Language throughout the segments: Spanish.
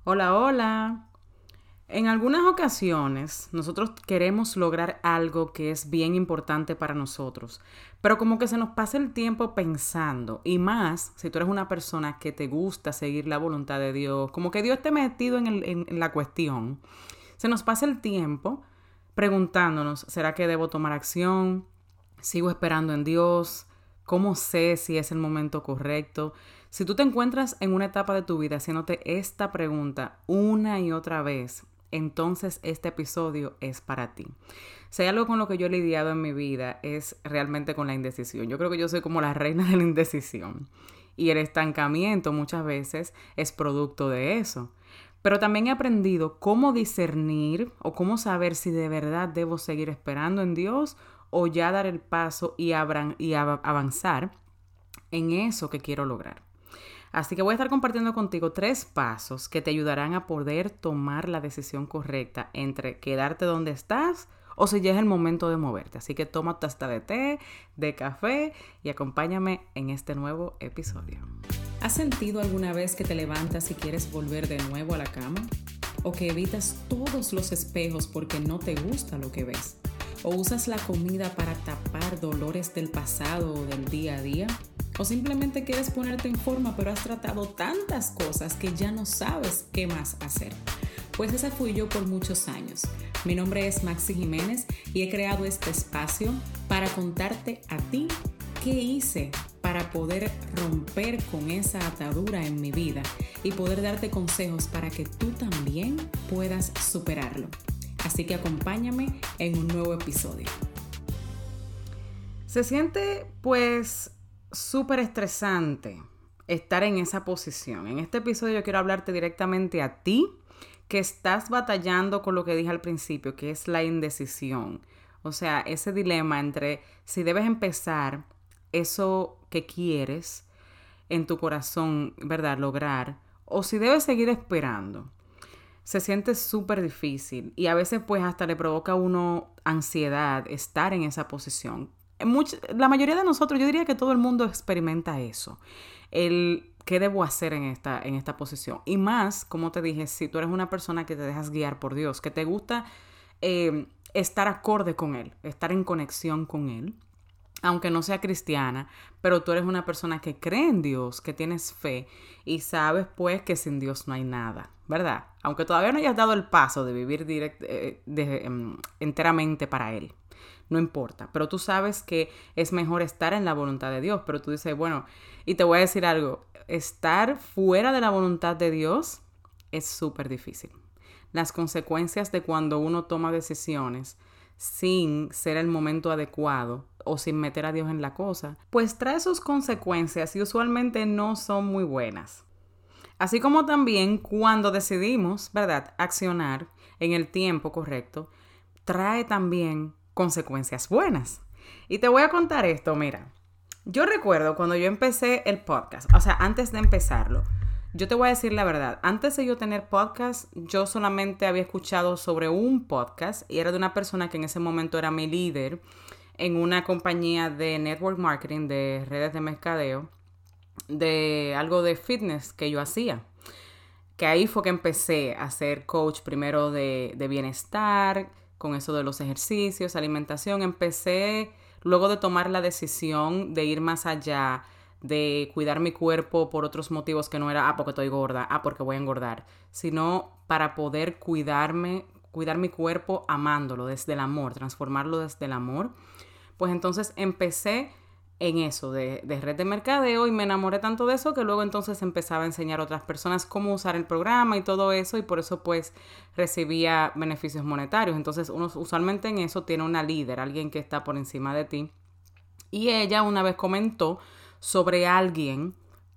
Hola, hola. En algunas ocasiones nosotros queremos lograr algo que es bien importante para nosotros, pero como que se nos pasa el tiempo pensando, y más si tú eres una persona que te gusta seguir la voluntad de Dios, como que Dios esté metido en la cuestión, se nos pasa el tiempo preguntándonos, ¿será que debo tomar acción? ¿Sigo esperando en Dios? ¿Cómo sé si es el momento correcto? Si tú te encuentras en una etapa de tu vida haciéndote esta pregunta una y otra vez, entonces este episodio es para ti. Si hay algo con lo que yo he lidiado en mi vida es realmente con la indecisión. Yo creo que yo soy como la reina de la indecisión. Y el estancamiento muchas veces es producto de eso. Pero también he aprendido cómo discernir o cómo saber si de verdad debo seguir esperando en Dios o ya dar el paso y avanzar en eso que quiero lograr. Así que voy a estar compartiendo contigo 3 pasos que te ayudarán a poder tomar la decisión correcta entre quedarte donde estás o si ya es el momento de moverte. Así que toma tu taza de té, de café y acompáñame en este nuevo episodio. ¿Has sentido alguna vez que te levantas y quieres volver de nuevo a la cama? ¿O que evitas todos los espejos porque no te gusta lo que ves? ¿O usas la comida para tapar dolores del pasado o del día a día? ¿O simplemente quieres ponerte en forma pero has tratado tantas cosas que ya no sabes qué más hacer? Pues esa fui yo por muchos años. Mi nombre es Maxi Jiménez y he creado este espacio para contarte a ti qué hice para poder romper con esa atadura en mi vida y poder darte consejos para que tú también puedas superarlo. Así que acompáñame en un nuevo episodio. Se siente pues súper estresante estar en esa posición. En este episodio yo quiero hablarte directamente a ti que estás batallando con lo que dije al principio, que es la indecisión. O sea, ese dilema entre si debes empezar eso que quieres en tu corazón, ¿verdad? Lograr, o si debes seguir esperando. Se siente súper difícil y a veces pues hasta le provoca a uno ansiedad estar en esa posición. La mayoría de nosotros, yo diría que todo el mundo experimenta eso. El qué debo hacer en esta posición. Y más, como te dije, si tú eres una persona que te dejas guiar por Dios, que te gusta estar acorde con Él, estar en conexión con Él, aunque no sea cristiana, pero tú eres una persona que cree en Dios, que tienes fe y sabes pues que sin Dios no hay nada, ¿verdad? Aunque todavía no hayas dado el paso de vivir enteramente para Él. No importa, pero tú sabes que es mejor estar en la voluntad de Dios, pero tú dices, bueno, y te voy a decir algo, estar fuera de la voluntad de Dios es súper difícil. Las consecuencias de cuando uno toma decisiones sin ser el momento adecuado o sin meter a Dios en la cosa, pues trae sus consecuencias y usualmente no son muy buenas. Así como también cuando decidimos, ¿verdad?, accionar en el tiempo correcto, trae también consecuencias buenas. Y te voy a contar esto, mira. Yo recuerdo cuando yo empecé el podcast, o sea, antes de empezarlo, yo te voy a decir la verdad, antes de yo tener podcast, yo solamente había escuchado sobre un podcast y era de una persona que en ese momento era mi líder en una compañía de network marketing, de redes de mercadeo, de algo de fitness que yo hacía. Que ahí fue que empecé a ser coach primero de bienestar, con eso de los ejercicios, alimentación. Empecé luego de tomar la decisión de ir más allá, de cuidar mi cuerpo por otros motivos que no era, porque estoy gorda, porque voy a engordar, sino para poder cuidar mi cuerpo amándolo desde el amor, transformarlo desde el amor. Pues entonces empecé en eso de red de mercadeo y me enamoré tanto de eso que luego entonces empezaba a enseñar a otras personas cómo usar el programa y todo eso y por eso pues recibía beneficios monetarios. Entonces uno usualmente en eso tiene una líder, alguien que está por encima de ti. Y ella una vez comentó sobre alguien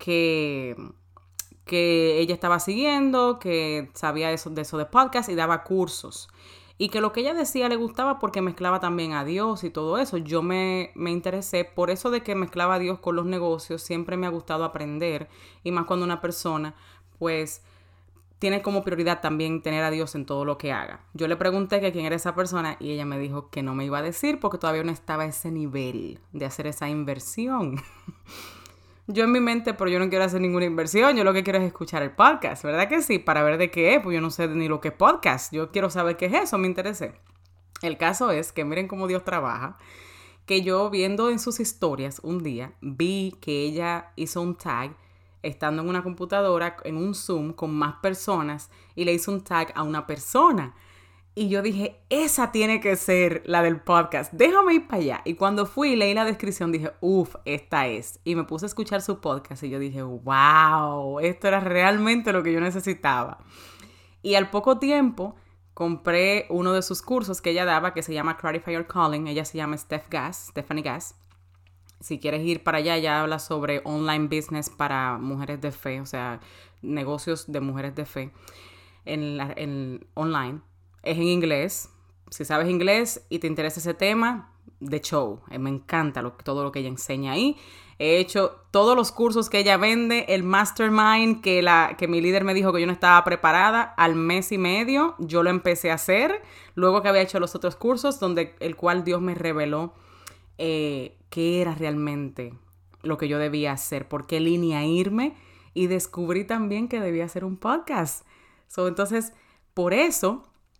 que ella estaba siguiendo, que sabía eso de podcast y daba cursos. Y que lo que ella decía le gustaba porque mezclaba también a Dios y todo eso. Yo me interesé por eso de que mezclaba a Dios con los negocios. Siempre me ha gustado aprender. Y más cuando una persona, pues, tiene como prioridad también tener a Dios en todo lo que haga. Yo le pregunté que quién era esa persona y ella me dijo que no me iba a decir porque todavía no estaba a ese nivel de hacer esa inversión. yo en mi mente, pero yo no quiero hacer ninguna inversión, yo lo que quiero es escuchar el podcast, ¿verdad que sí? Para ver de qué es, pues yo no sé ni lo que es podcast, yo quiero saber qué es eso, me interesé. El caso es que miren cómo Dios trabaja, que yo viendo en sus historias un día, vi que ella hizo un tag estando en una computadora, en un Zoom con más personas, y le hizo un tag a una persona. Y yo dije, esa tiene que ser la del podcast, déjame ir para allá. Y cuando fui y leí la descripción dije, esta es. Y me puse a escuchar su podcast y yo dije, wow, esto era realmente lo que yo necesitaba. Y al poco tiempo compré uno de sus cursos que ella daba, que se llama Clarify Your Calling. Ella se llama Stephanie Gass. Si quieres ir para allá, ella habla sobre online business para mujeres de fe, o sea, negocios de mujeres de fe en online. Es en inglés. Si sabes inglés y te interesa ese tema, de show. Me encanta todo lo que ella enseña ahí. He hecho todos los cursos que ella vende, el mastermind que mi líder me dijo que yo no estaba preparada, al mes y medio yo lo empecé a hacer, luego que había hecho los otros cursos, el cual Dios me reveló qué era realmente lo que yo debía hacer, por qué línea irme, y descubrí también que debía hacer un podcast. Entonces, por eso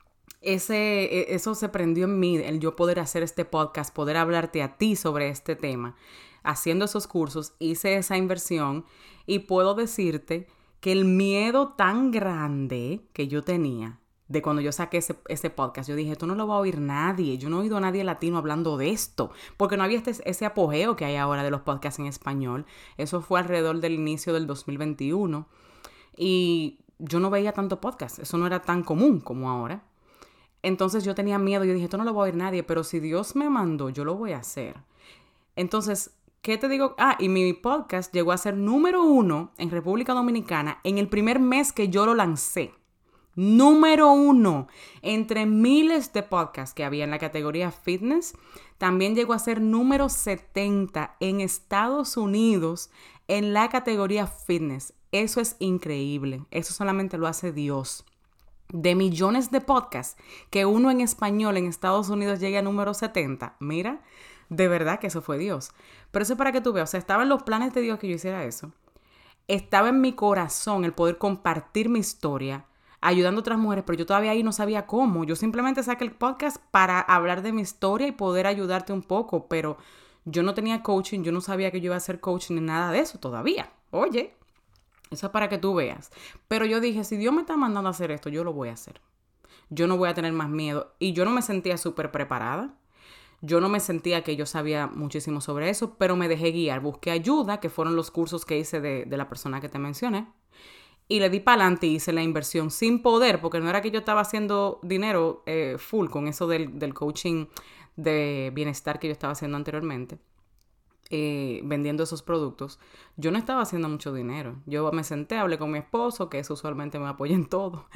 se prendió en mí, el yo poder hacer este podcast, poder hablarte a ti sobre este tema. Haciendo esos cursos, hice esa inversión y puedo decirte que el miedo tan grande que yo tenía de cuando yo saqué ese podcast, yo dije, esto no lo va a oír nadie, yo no he oído a nadie latino hablando de esto, porque no había ese apogeo que hay ahora de los podcasts en español. Eso fue alrededor del inicio del 2021 y yo no veía tanto podcast, eso no era tan común como ahora. Entonces yo tenía miedo, yo dije, esto no lo va a oír nadie, pero si Dios me mandó, yo lo voy a hacer. Entonces, ¿qué te digo? Y mi podcast llegó a ser número 1 en República Dominicana en el primer mes que yo lo lancé. Número 1 entre miles de podcasts que había en la categoría fitness. También llegó a ser número 70 en Estados Unidos en la categoría fitness. Eso es increíble. Eso solamente lo hace Dios. De millones de podcasts, que uno en español en Estados Unidos llegue a número 70. Mira, de verdad que eso fue Dios. Pero eso es para que tú veas, o sea, estaba en los planes de Dios que yo hiciera eso. Estaba en mi corazón el poder compartir mi historia, ayudando a otras mujeres, pero yo todavía ahí no sabía cómo. Yo simplemente saqué el podcast para hablar de mi historia y poder ayudarte un poco, pero yo no tenía coaching, yo no sabía que yo iba a hacer coaching ni nada de eso todavía. Oye, eso es para que tú veas. Pero yo dije, si Dios me está mandando a hacer esto, yo lo voy a hacer. Yo no voy a tener más miedo. Y yo no me sentía súper preparada. Yo no me sentía que yo sabía muchísimo sobre eso, pero me dejé guiar. Busqué ayuda, que fueron los cursos que hice de la persona que te mencioné. Y le di para adelante y hice la inversión sin poder, porque no era que yo estaba haciendo dinero full con eso del coaching de bienestar que yo estaba haciendo anteriormente. Vendiendo esos productos, yo no estaba haciendo mucho dinero. Yo me senté, hablé con mi esposo, que eso usualmente me apoya en todo,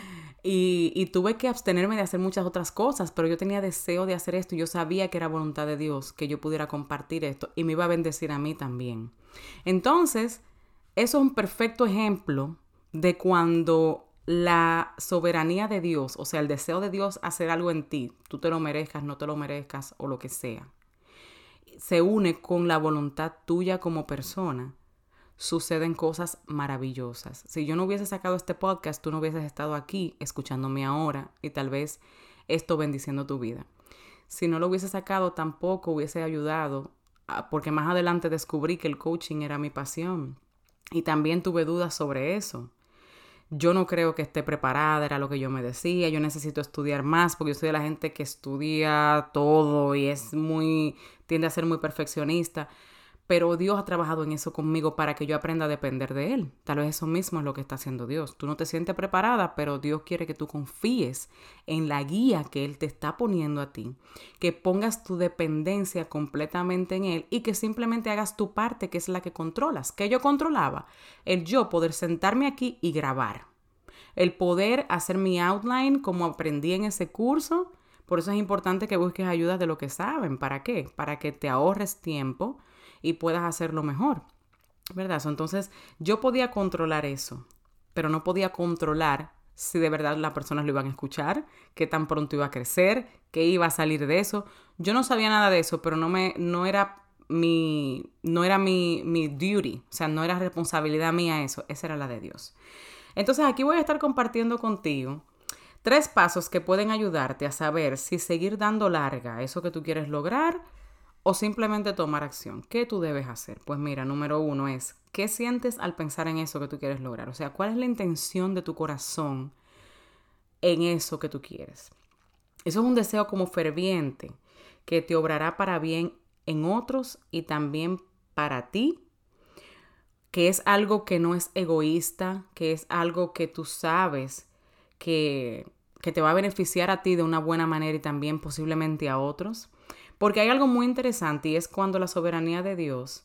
y tuve que abstenerme de hacer muchas otras cosas, pero yo tenía deseo de hacer esto y yo sabía que era voluntad de Dios que yo pudiera compartir esto y me iba a bendecir a mí también. Entonces, eso es un perfecto ejemplo de cuando la soberanía de Dios, o sea, el deseo de Dios hacer algo en ti, tú te lo merezcas, no te lo merezcas o lo que sea, se une con la voluntad tuya como persona, suceden cosas maravillosas. Si yo no hubiese sacado este podcast, tú no hubieses estado aquí escuchándome ahora y tal vez esto bendiciendo tu vida. Si no lo hubiese sacado, tampoco hubiese ayudado, porque más adelante descubrí que el coaching era mi pasión y también tuve dudas sobre eso. Yo no creo que esté preparada, era lo que yo me decía. Yo necesito estudiar más porque yo soy de la gente que estudia todo y tiende a ser muy perfeccionista. Pero Dios ha trabajado en eso conmigo para que yo aprenda a depender de Él. Tal vez eso mismo es lo que está haciendo Dios. Tú no te sientes preparada, pero Dios quiere que tú confíes en la guía que Él te está poniendo a ti. Que pongas tu dependencia completamente en Él y que simplemente hagas tu parte, que es la que controlas. ¿Qué yo controlaba? El yo poder sentarme aquí y grabar. El poder hacer mi outline como aprendí en ese curso. Por eso es importante que busques ayuda de lo que saben. ¿Para qué? Para que te ahorres tiempo y puedas hacerlo mejor, ¿verdad? Entonces, yo podía controlar eso, pero no podía controlar si de verdad las personas lo iban a escuchar, qué tan pronto iba a crecer, qué iba a salir de eso. Yo no sabía nada de eso, pero no era no era mi duty, o sea, no era responsabilidad mía eso, esa era la de Dios. Entonces aquí voy a estar compartiendo contigo 3 pasos que pueden ayudarte a saber si seguir dando larga a eso que tú quieres lograr o simplemente tomar acción. ¿Qué tú debes hacer? Pues mira, número 1 es, ¿qué sientes al pensar en eso que tú quieres lograr? O sea, ¿cuál es la intención de tu corazón en eso que tú quieres? Eso es un deseo como ferviente que te obrará para bien en otros y también para ti, que es algo que no es egoísta, que es algo que tú sabes que te va a beneficiar a ti de una buena manera y también posiblemente a otros. Porque hay algo muy interesante y es cuando la soberanía de Dios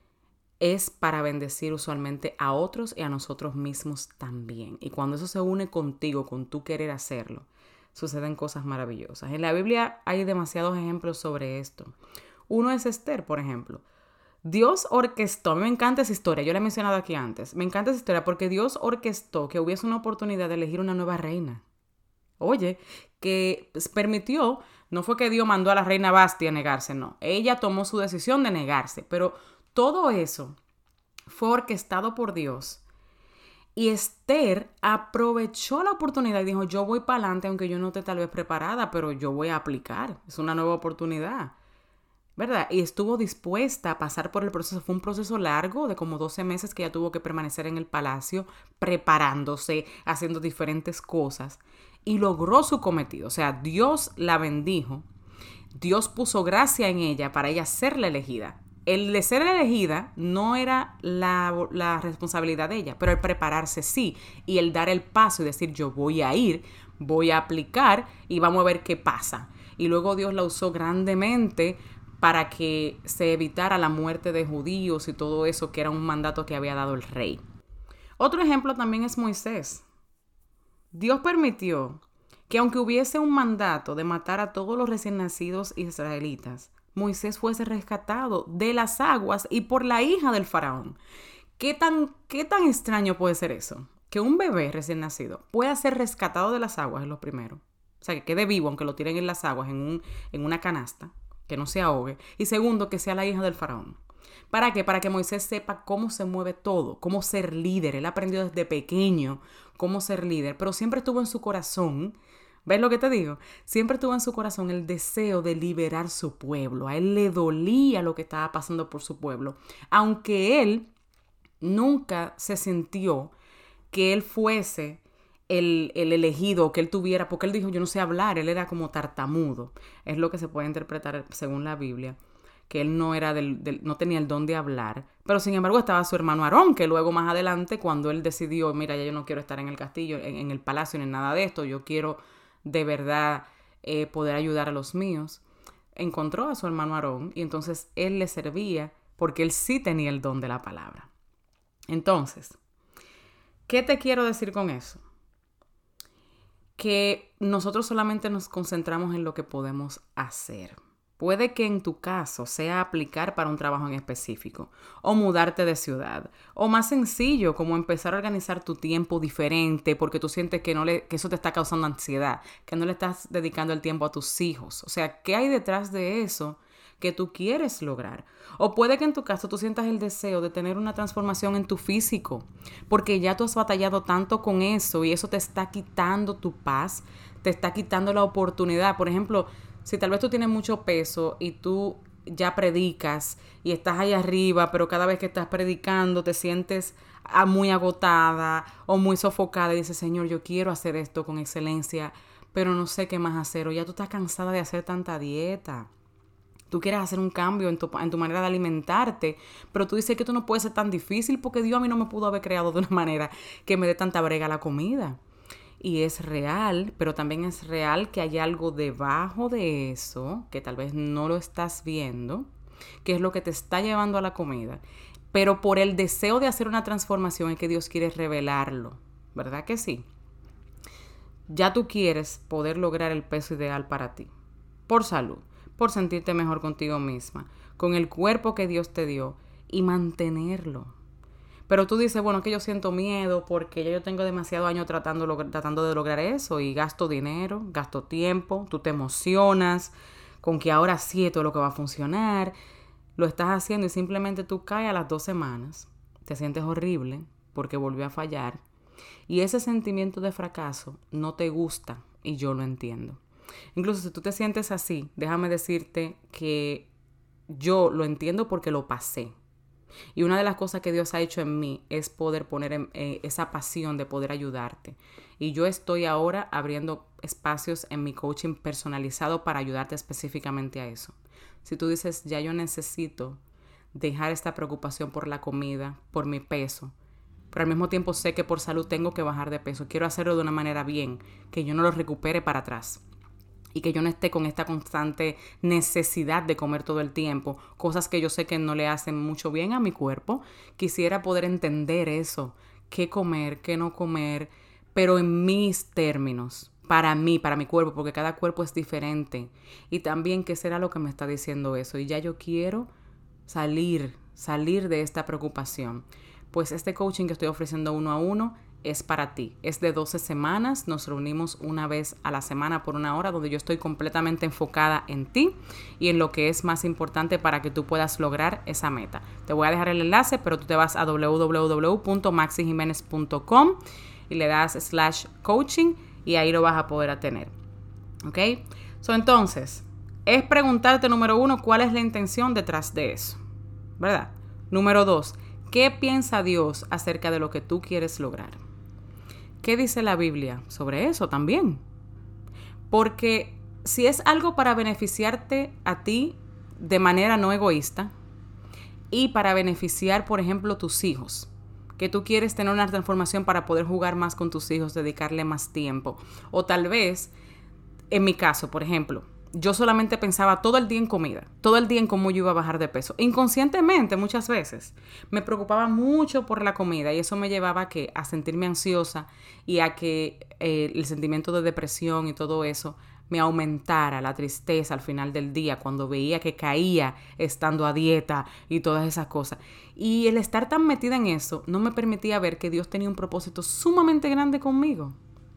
es para bendecir usualmente a otros y a nosotros mismos también. Y cuando eso se une contigo, con tu querer hacerlo, suceden cosas maravillosas. En la Biblia hay demasiados ejemplos sobre esto. Uno es Esther, por ejemplo. Dios orquestó, a mí me encanta esa historia, yo la he mencionado aquí antes, me encanta esa historia porque Dios orquestó que hubiese una oportunidad de elegir una nueva reina. Oye, que permitió, no fue que Dios mandó a la reina Basti a negarse, no. Ella tomó su decisión de negarse, pero todo eso fue orquestado por Dios. Y Esther aprovechó la oportunidad y dijo, yo voy para adelante, aunque yo no esté tal vez preparada, pero yo voy a aplicar. Es una nueva oportunidad, ¿verdad? Y estuvo dispuesta a pasar por el proceso. Fue un proceso largo de como 12 meses que ella tuvo que permanecer en el palacio, preparándose, haciendo diferentes cosas. Y logró su cometido. O sea, Dios la bendijo. Dios puso gracia en ella para ella ser la elegida. El de ser elegida no era la responsabilidad de ella, pero el prepararse sí. Y el dar el paso y decir yo voy a ir, voy a aplicar y vamos a ver qué pasa. Y luego Dios la usó grandemente para que se evitara la muerte de judíos y todo eso que era un mandato que había dado el rey. Otro ejemplo también es Moisés. Dios permitió que aunque hubiese un mandato de matar a todos los recién nacidos israelitas, Moisés fuese rescatado de las aguas y por la hija del faraón. ¿Qué tan extraño puede ser eso? Que un bebé recién nacido pueda ser rescatado de las aguas es lo primero. O sea, que quede vivo aunque lo tiren en las aguas, en una canasta, que no se ahogue. Y segundo, que sea la hija del faraón. ¿Para qué? Para que Moisés sepa cómo se mueve todo, cómo ser líder. Él aprendió desde pequeño cómo ser líder, pero siempre estuvo en su corazón, ¿ves lo que te digo? Siempre tuvo en su corazón el deseo de liberar su pueblo. A él le dolía lo que estaba pasando por su pueblo. Aunque él nunca se sintió que él fuese el elegido, que él tuviera, porque él dijo, yo no sé hablar, él era como tartamudo. Es lo que se puede interpretar según la Biblia, que él no era no tenía el don de hablar. Pero sin embargo estaba su hermano Aarón, que luego más adelante, cuando él decidió, mira, ya yo no quiero estar en el castillo, en el palacio, ni en nada de esto, yo quiero de verdad poder ayudar a los míos, encontró a su hermano Aarón y entonces él le servía porque él sí tenía el don de la palabra. Entonces, ¿qué te quiero decir con eso? Que nosotros solamente nos concentramos en lo que podemos hacer. Puede que en tu caso sea aplicar para un trabajo en específico, o mudarte de ciudad, o más sencillo como empezar a organizar tu tiempo diferente porque tú sientes que eso te está causando ansiedad, que no le estás dedicando el tiempo a tus hijos. O sea, ¿qué hay detrás de eso que tú quieres lograr? O puede que en tu caso tú sientas el deseo de tener una transformación en tu físico, porque ya tú has batallado tanto con eso y eso te está quitando tu paz, te está quitando la oportunidad. Por ejemplo, si tal vez tú tienes mucho peso y tú ya predicas y estás ahí arriba, pero cada vez que estás predicando te sientes muy agotada o muy sofocada y dices, Señor, yo quiero hacer esto con excelencia, pero no sé qué más hacer. O ya tú estás cansada de hacer tanta dieta. Tú quieres hacer un cambio en tu manera de alimentarte, pero tú dices que esto no puede ser tan difícil porque Dios a mí no me pudo haber creado de una manera que me dé tanta brega a la comida. Y es real, pero también es real que hay algo debajo de eso, que tal vez no lo estás viendo, que es lo que te está llevando a la comida. Pero por el deseo de hacer una transformación es que Dios quiere revelarlo, ¿verdad que sí? Ya tú quieres poder lograr el peso ideal para ti, por salud, por sentirte mejor contigo misma, con el cuerpo que Dios te dio y mantenerlo. Pero tú dices, bueno, que yo siento miedo porque ya yo tengo demasiados años tratando de lograr eso y gasto dinero, gasto tiempo, tú te emocionas con que ahora sí esto es lo que va a funcionar. lo estás haciendo y simplemente tú caes a las 2 semanas, te sientes horrible porque volvió a fallar y ese sentimiento de fracaso no te gusta y yo lo entiendo. Incluso si tú te sientes así, déjame decirte que yo lo entiendo porque lo pasé. Y una de las cosas que Dios ha hecho en mí es poder poner esa pasión de poder ayudarte. Y yo estoy ahora abriendo espacios en mi coaching personalizado para ayudarte específicamente a eso. Si tú dices, ya yo necesito dejar esta preocupación por la comida, por mi peso, pero al mismo tiempo sé que por salud tengo que bajar de peso, quiero hacerlo de una manera bien, que yo no lo recupere para atrás. Y que yo no esté con esta constante necesidad de comer todo el tiempo, cosas que yo sé que no le hacen mucho bien a mi cuerpo. Quisiera poder entender eso, qué comer, qué no comer, pero en mis términos, para mí, para mi cuerpo, porque cada cuerpo es diferente. Y también qué será lo que me está diciendo eso. Y ya yo quiero salir de esta preocupación. Pues este coaching que estoy ofreciendo 1 a 1 es para ti. Es de 12 semanas. Nos reunimos una vez a la semana por 1 hora donde yo estoy completamente enfocada en ti y en lo que es más importante para que tú puedas lograr esa meta. Te voy a dejar el enlace, pero tú te vas a www.maxijimenez.com y le das /coaching y ahí lo vas a poder tener. ¿Ok? Entonces, es preguntarte, número 1, ¿cuál es la intención detrás de eso? ¿Verdad? Número 2, ¿qué piensa Dios acerca de lo que tú quieres lograr? ¿Qué dice la Biblia sobre eso también? Porque si es algo para beneficiarte a ti de manera no egoísta y para beneficiar, por ejemplo, tus hijos, que tú quieres tener una transformación para poder jugar más con tus hijos, dedicarle más tiempo, o tal vez, en mi caso, por ejemplo, yo solamente pensaba todo el día en comida, todo el día en cómo yo iba a bajar de peso. Inconscientemente, muchas veces, me preocupaba mucho por la comida y eso me llevaba a sentirme ansiosa y a que el sentimiento de depresión y todo eso me aumentara, la tristeza al final del día cuando veía que caía estando a dieta y todas esas cosas. Y el estar tan metida en eso no me permitía ver que Dios tenía un propósito sumamente grande conmigo.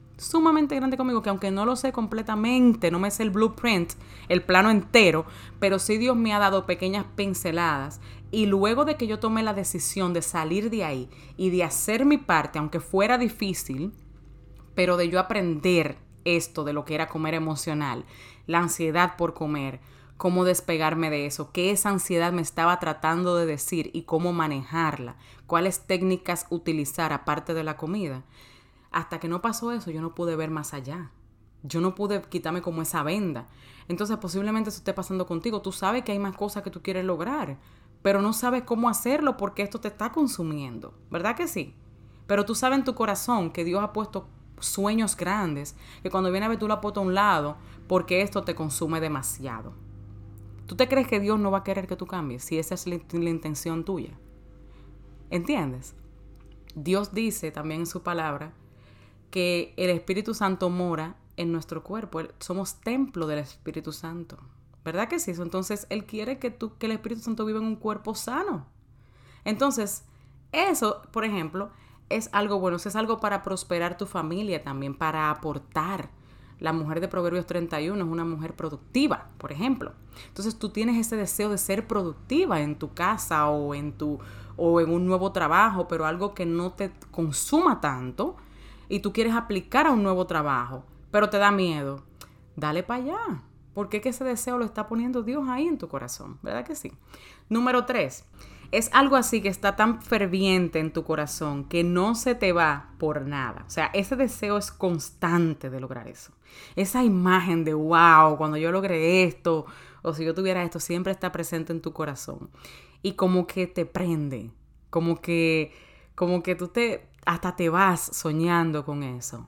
Que aunque no lo sé completamente, no me sé el blueprint, el plano entero, pero sí Dios me ha dado pequeñas pinceladas y luego de que yo tomé la decisión de salir de ahí y de hacer mi parte, aunque fuera difícil, pero de yo aprender esto de lo que era comer emocional, la ansiedad por comer, cómo despegarme de eso, qué esa ansiedad me estaba tratando de decir y cómo manejarla, cuáles técnicas utilizar aparte de la comida. Hasta que no pasó eso, yo no pude ver más allá. Yo no pude quitarme como esa venda. Entonces, posiblemente eso esté pasando contigo. Tú sabes que hay más cosas que tú quieres lograr, pero no sabes cómo hacerlo porque esto te está consumiendo. ¿Verdad que sí? Pero tú sabes en tu corazón que Dios ha puesto sueños grandes, que cuando viene a ver tú lo has puesto a un lado porque esto te consume demasiado. ¿Tú te crees que Dios no va a querer que tú cambies si esa es la intención tuya? ¿Entiendes? Dios dice también en su palabra que el Espíritu Santo mora en nuestro cuerpo. Somos templo del Espíritu Santo. ¿Verdad que sí? Entonces, Él quiere que el Espíritu Santo viva en un cuerpo sano. Entonces, eso, por ejemplo, es algo bueno. Es algo para prosperar tu familia también, para aportar. La mujer de Proverbios 31 es una mujer productiva, por ejemplo. Entonces, tú tienes ese deseo de ser productiva en tu casa o en un nuevo trabajo, pero algo que no te consuma tanto, y tú quieres aplicar a un nuevo trabajo, pero te da miedo, dale para allá. Porque es que ese deseo lo está poniendo Dios ahí en tu corazón, ¿verdad que sí? Número 3, es algo así que está tan ferviente en tu corazón que no se te va por nada. O sea, ese deseo es constante de lograr eso. Esa imagen de wow, cuando yo logré esto, o si yo tuviera esto, siempre está presente en tu corazón. Y como que te prende, como que tú hasta te vas soñando con eso.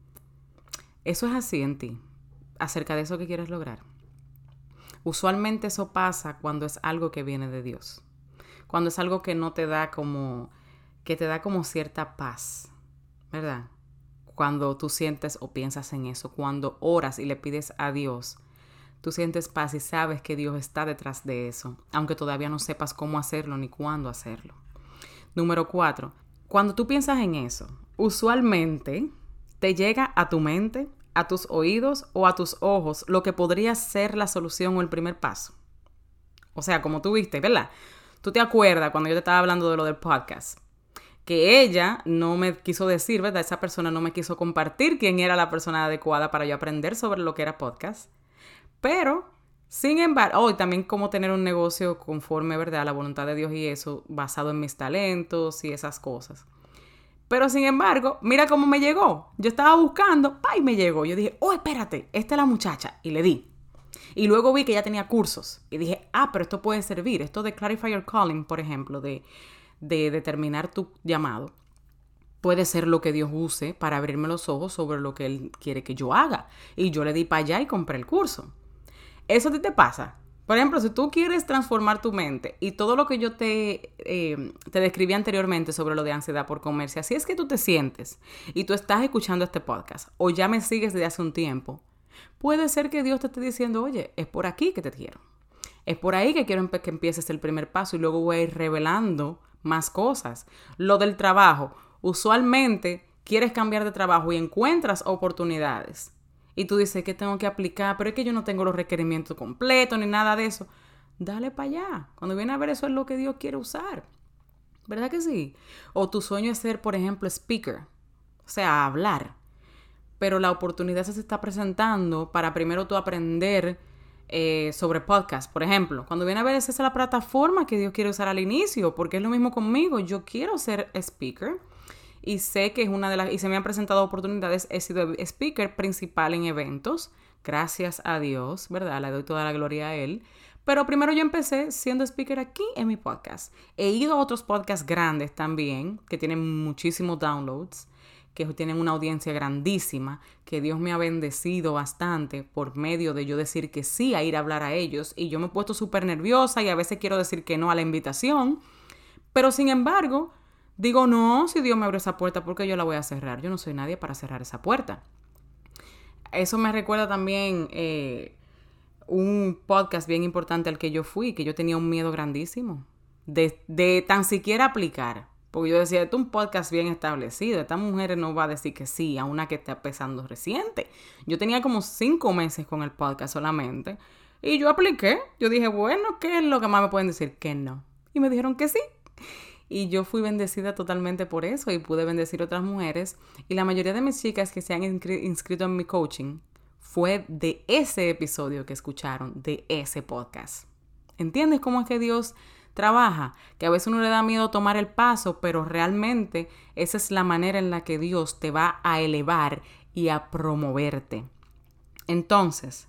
Eso es así en ti, acerca de eso que quieres lograr. Usualmente eso pasa cuando es algo que viene de Dios. Cuando es algo que no te da que te da como cierta paz, ¿verdad? Cuando tú sientes o piensas en eso, cuando oras y le pides a Dios, tú sientes paz y sabes que Dios está detrás de eso, aunque todavía no sepas cómo hacerlo ni cuándo hacerlo. Número 4. Cuando tú piensas en eso, usualmente te llega a tu mente, a tus oídos o a tus ojos lo que podría ser la solución o el primer paso. O sea, como tú viste, ¿verdad? Tú te acuerdas cuando yo te estaba hablando de lo del podcast, que ella no me quiso decir, ¿verdad? Esa persona no me quiso compartir quién era la persona adecuada para yo aprender sobre lo que era podcast. Pero, sin embargo, y también cómo tener un negocio conforme, ¿verdad?, a la voluntad de Dios y eso, basado en mis talentos y esas cosas. Pero, sin embargo, mira cómo me llegó. Yo estaba buscando, y me llegó. Yo dije, espérate, esta es la muchacha. Y le di. Y luego vi que ella tenía cursos. Y dije, pero esto puede servir. Esto de Clarify Your Calling, por ejemplo, de determinar tu llamado, puede ser lo que Dios use para abrirme los ojos sobre lo que Él quiere que yo haga. Y yo le di para allá y compré el curso. ¿Eso a ti te pasa? Por ejemplo, si tú quieres transformar tu mente y todo lo que yo te describí anteriormente sobre lo de ansiedad por comer, si así es que tú te sientes y tú estás escuchando este podcast o ya me sigues desde hace un tiempo, puede ser que Dios te esté diciendo, oye, es por aquí que te quiero. Es por ahí que quiero que empieces el primer paso y luego voy a ir revelando más cosas. Lo del trabajo, usualmente quieres cambiar de trabajo y encuentras oportunidades. Y tú dices que tengo que aplicar, pero es que yo no tengo los requerimientos completos ni nada de eso. Dale para allá. Cuando viene a ver, eso es lo que Dios quiere usar. ¿Verdad que sí? O tu sueño es ser, por ejemplo, speaker. O sea, hablar. Pero la oportunidad se está presentando para primero tú aprender sobre podcast, por ejemplo. Cuando viene a ver, esa es la plataforma que Dios quiere usar al inicio, porque es lo mismo conmigo. Yo quiero ser speaker. Y sé que es una de las, y se me han presentado oportunidades, he sido speaker principal en eventos, gracias a Dios, ¿verdad? Le doy toda la gloria a Él. Pero primero yo empecé siendo speaker aquí en mi podcast. He ido a otros podcasts grandes también, que tienen muchísimos downloads, que tienen una audiencia grandísima, que Dios me ha bendecido bastante por medio de yo decir que sí a ir a hablar a ellos. Y yo me he puesto súper nerviosa y a veces quiero decir que no a la invitación. Pero sin embargo, digo, no, si Dios me abre esa puerta, ¿por qué yo la voy a cerrar? Yo no soy nadie para cerrar esa puerta. Eso me recuerda también un podcast bien importante al que yo fui, que yo tenía un miedo grandísimo de tan siquiera aplicar. Porque yo decía, esto es un podcast bien establecido, esta mujer no va a decir que sí a una que está empezando reciente. Yo tenía como 5 meses con el podcast solamente y yo apliqué. Yo dije, bueno, ¿qué es lo que más me pueden decir? Que no. Y me dijeron que sí. Y yo fui bendecida totalmente por eso y pude bendecir a otras mujeres. Y la mayoría de mis chicas que se han inscrito en mi coaching fue de ese episodio que escucharon, de ese podcast. ¿Entiendes cómo es que Dios trabaja? Que a veces uno le da miedo tomar el paso, pero realmente esa es la manera en la que Dios te va a elevar y a promoverte. Entonces,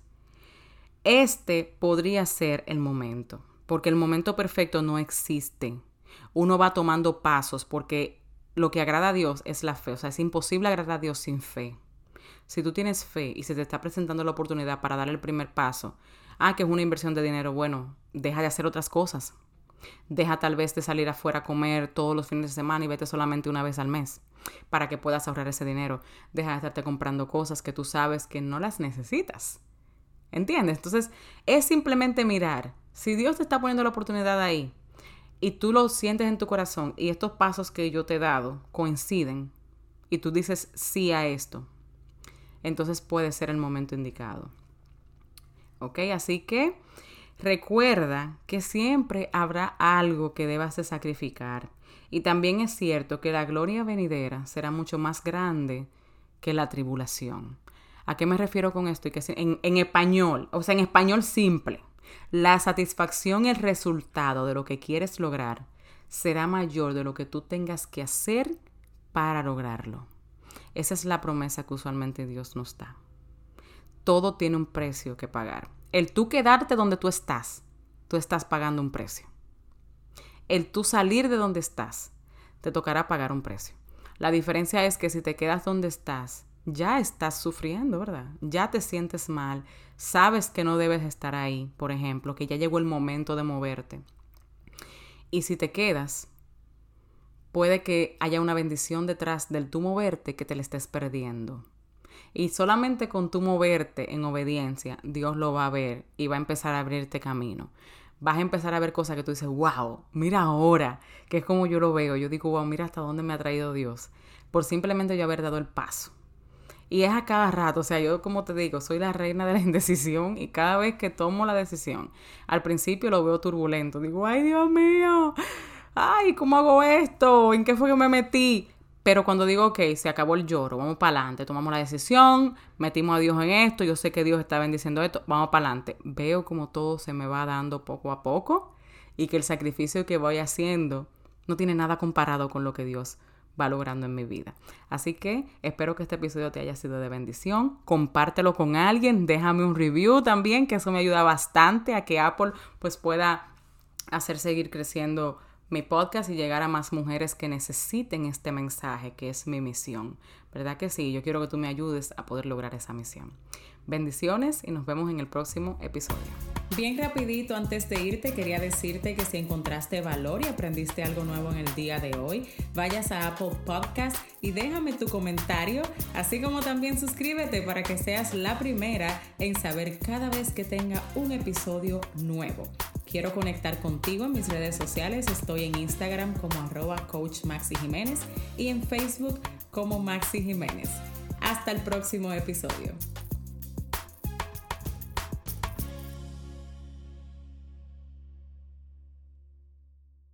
este podría ser el momento, porque el momento perfecto no existe. Uno va tomando pasos porque lo que agrada a Dios es la fe. O sea, es imposible agradar a Dios sin fe. Si tú tienes fe y se te está presentando la oportunidad para dar el primer paso, que es una inversión de dinero, bueno, deja de hacer otras cosas. Deja tal vez de salir afuera a comer todos los fines de semana y vete solamente una vez al mes para que puedas ahorrar ese dinero. Deja de estarte comprando cosas que tú sabes que no las necesitas. ¿Entiendes? Entonces, es simplemente mirar. Si Dios te está poniendo la oportunidad ahí, y tú lo sientes en tu corazón y estos pasos que yo te he dado coinciden y tú dices sí a esto, entonces puede ser el momento indicado. ¿Ok? Así que recuerda que siempre habrá algo que debas de sacrificar. Y también es cierto que la gloria venidera será mucho más grande que la tribulación. ¿A qué me refiero con esto? Y que en español, o sea, en español simple. La satisfacción y el resultado de lo que quieres lograr será mayor de lo que tú tengas que hacer para lograrlo. Esa es la promesa que usualmente Dios nos da. Todo tiene un precio que pagar. El tú quedarte donde tú estás pagando un precio. El tú salir de donde estás, te tocará pagar un precio. La diferencia es que si te quedas donde estás, ya estás sufriendo, ¿verdad? Ya te sientes mal, sabes que no debes estar ahí, por ejemplo, que ya llegó el momento de moverte. Y si te quedas, puede que haya una bendición detrás del tú moverte que te la estés perdiendo. Y solamente con tú moverte en obediencia, Dios lo va a ver y va a empezar a abrirte camino. Vas a empezar a ver cosas que tú dices, wow, mira ahora, que es como yo lo veo. Yo digo, wow, mira hasta dónde me ha traído Dios, por simplemente yo haber dado el paso. Y es a cada rato, o sea, yo como te digo, soy la reina de la indecisión y cada vez que tomo la decisión, al principio lo veo turbulento. Digo, ay, Dios mío, ay, ¿cómo hago esto? ¿En qué fue que me metí? Pero cuando digo, ok, se acabó el lloro, vamos para adelante, tomamos la decisión, metimos a Dios en esto, yo sé que Dios está bendiciendo esto, vamos para adelante. Veo como todo se me va dando poco a poco y que el sacrificio que voy haciendo no tiene nada comparado con lo que Dios va logrando en mi vida. Así que espero que este episodio te haya sido de bendición. Compártelo con alguien, déjame un review también, que eso me ayuda bastante a que Apple pues pueda hacer seguir creciendo mi podcast y llegar a más mujeres que necesiten este mensaje, que es mi misión. ¿Verdad que sí? Yo quiero que tú me ayudes a poder lograr esa misión. Bendiciones y nos vemos en el próximo episodio. Bien rapidito, antes de irte, quería decirte que si encontraste valor y aprendiste algo nuevo en el día de hoy, vayas a Apple Podcast y déjame tu comentario, así como también suscríbete para que seas la primera en saber cada vez que tenga un episodio nuevo. Quiero conectar contigo en mis redes sociales. Estoy en Instagram como @coachmaxijiménez y en Facebook como Maxi Jiménez. Hasta el próximo episodio.